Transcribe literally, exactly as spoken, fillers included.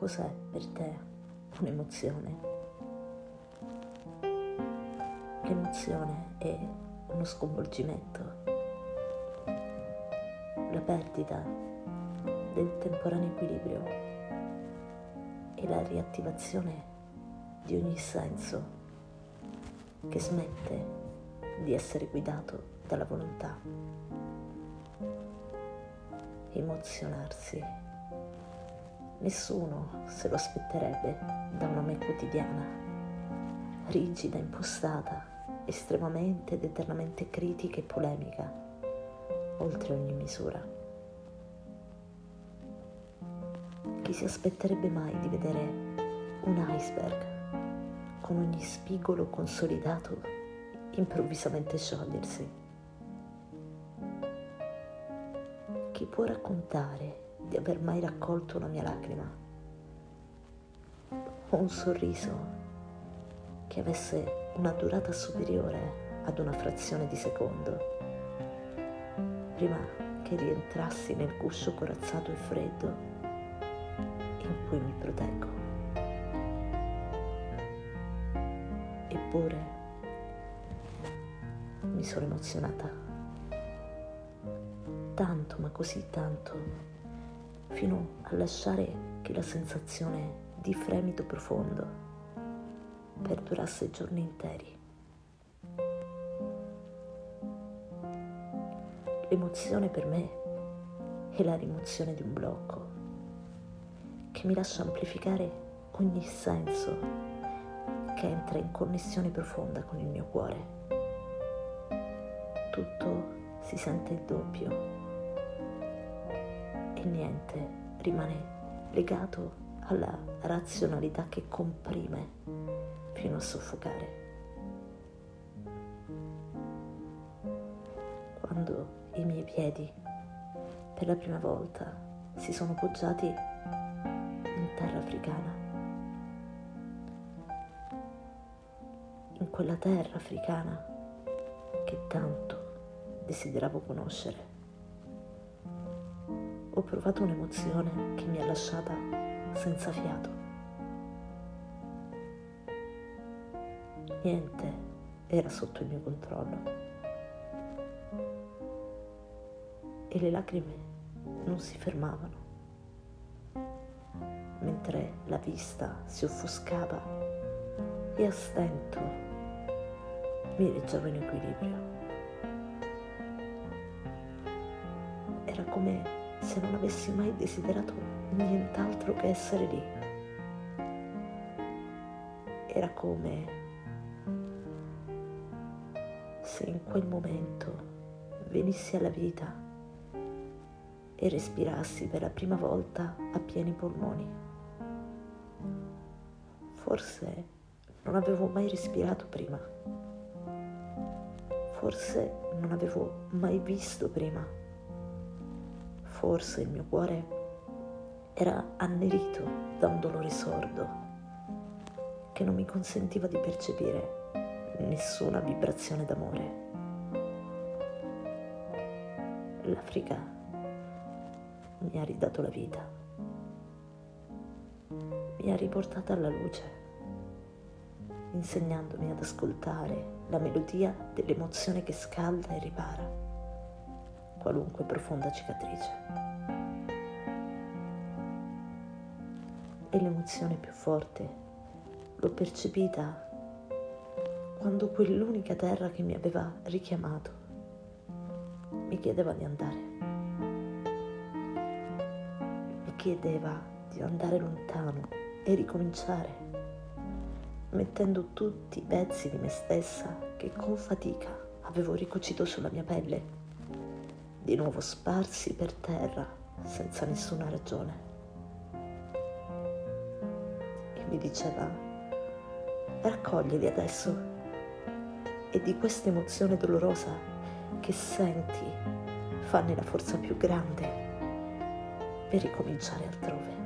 cos'è per te un'emozione? L'emozione è uno sconvolgimento, la perdita del temporaneo equilibrio e la riattivazione di ogni senso che smette di essere guidato dalla volontà. Emozionarsi. Nessuno se lo aspetterebbe da una me quotidiana, rigida, impostata, estremamente ed eternamente critica e polemica, oltre ogni misura. Chi si aspetterebbe mai di vedere un iceberg con ogni spigolo consolidato improvvisamente sciogliersi? Chi può raccontare di aver mai raccolto una mia lacrima o un sorriso che avesse una durata superiore ad una frazione di secondo, prima che rientrassi nel guscio corazzato e freddo in cui mi proteggo? Eppure mi sono emozionata tanto, ma così tanto, fino a lasciare che la sensazione di fremito profondo perdurasse giorni interi. L'emozione per me è la rimozione di un blocco che mi lascia amplificare ogni senso che entra in connessione profonda con il mio cuore. Tutto si sente il doppio e niente rimane legato alla razionalità che comprime fino a soffocare. Quando i miei piedi per la prima volta si sono poggiati in terra africana, in quella terra africana che tanto desideravo conoscere, ho provato un'emozione che mi ha lasciata senza fiato. Niente era sotto il mio controllo e le lacrime non si fermavano, mentre la vista si offuscava e a stento mi reggevo in equilibrio. Era come se non avessi mai desiderato nient'altro che essere lì. Era come se in quel momento venissi alla vita e respirassi per la prima volta a pieni polmoni. Forse non avevo mai respirato prima. Forse non avevo mai visto prima. Forse il mio cuore era annerito da un dolore sordo che non mi consentiva di percepire nessuna vibrazione d'amore. L'Africa mi ha ridato la vita, mi ha riportata alla luce, insegnandomi ad ascoltare la melodia dell'emozione che scalda e ripara qualunque profonda cicatrice. E l'emozione più forte l'ho percepita quando quell'unica terra che mi aveva richiamato mi chiedeva di andare. Mi chiedeva di andare lontano e ricominciare, mettendo tutti i pezzi di me stessa che con fatica avevo ricucito sulla mia pelle, di nuovo sparsi per terra senza nessuna ragione. E mi diceva: raccoglili adesso, e di questa emozione dolorosa che senti fanne la forza più grande per ricominciare altrove.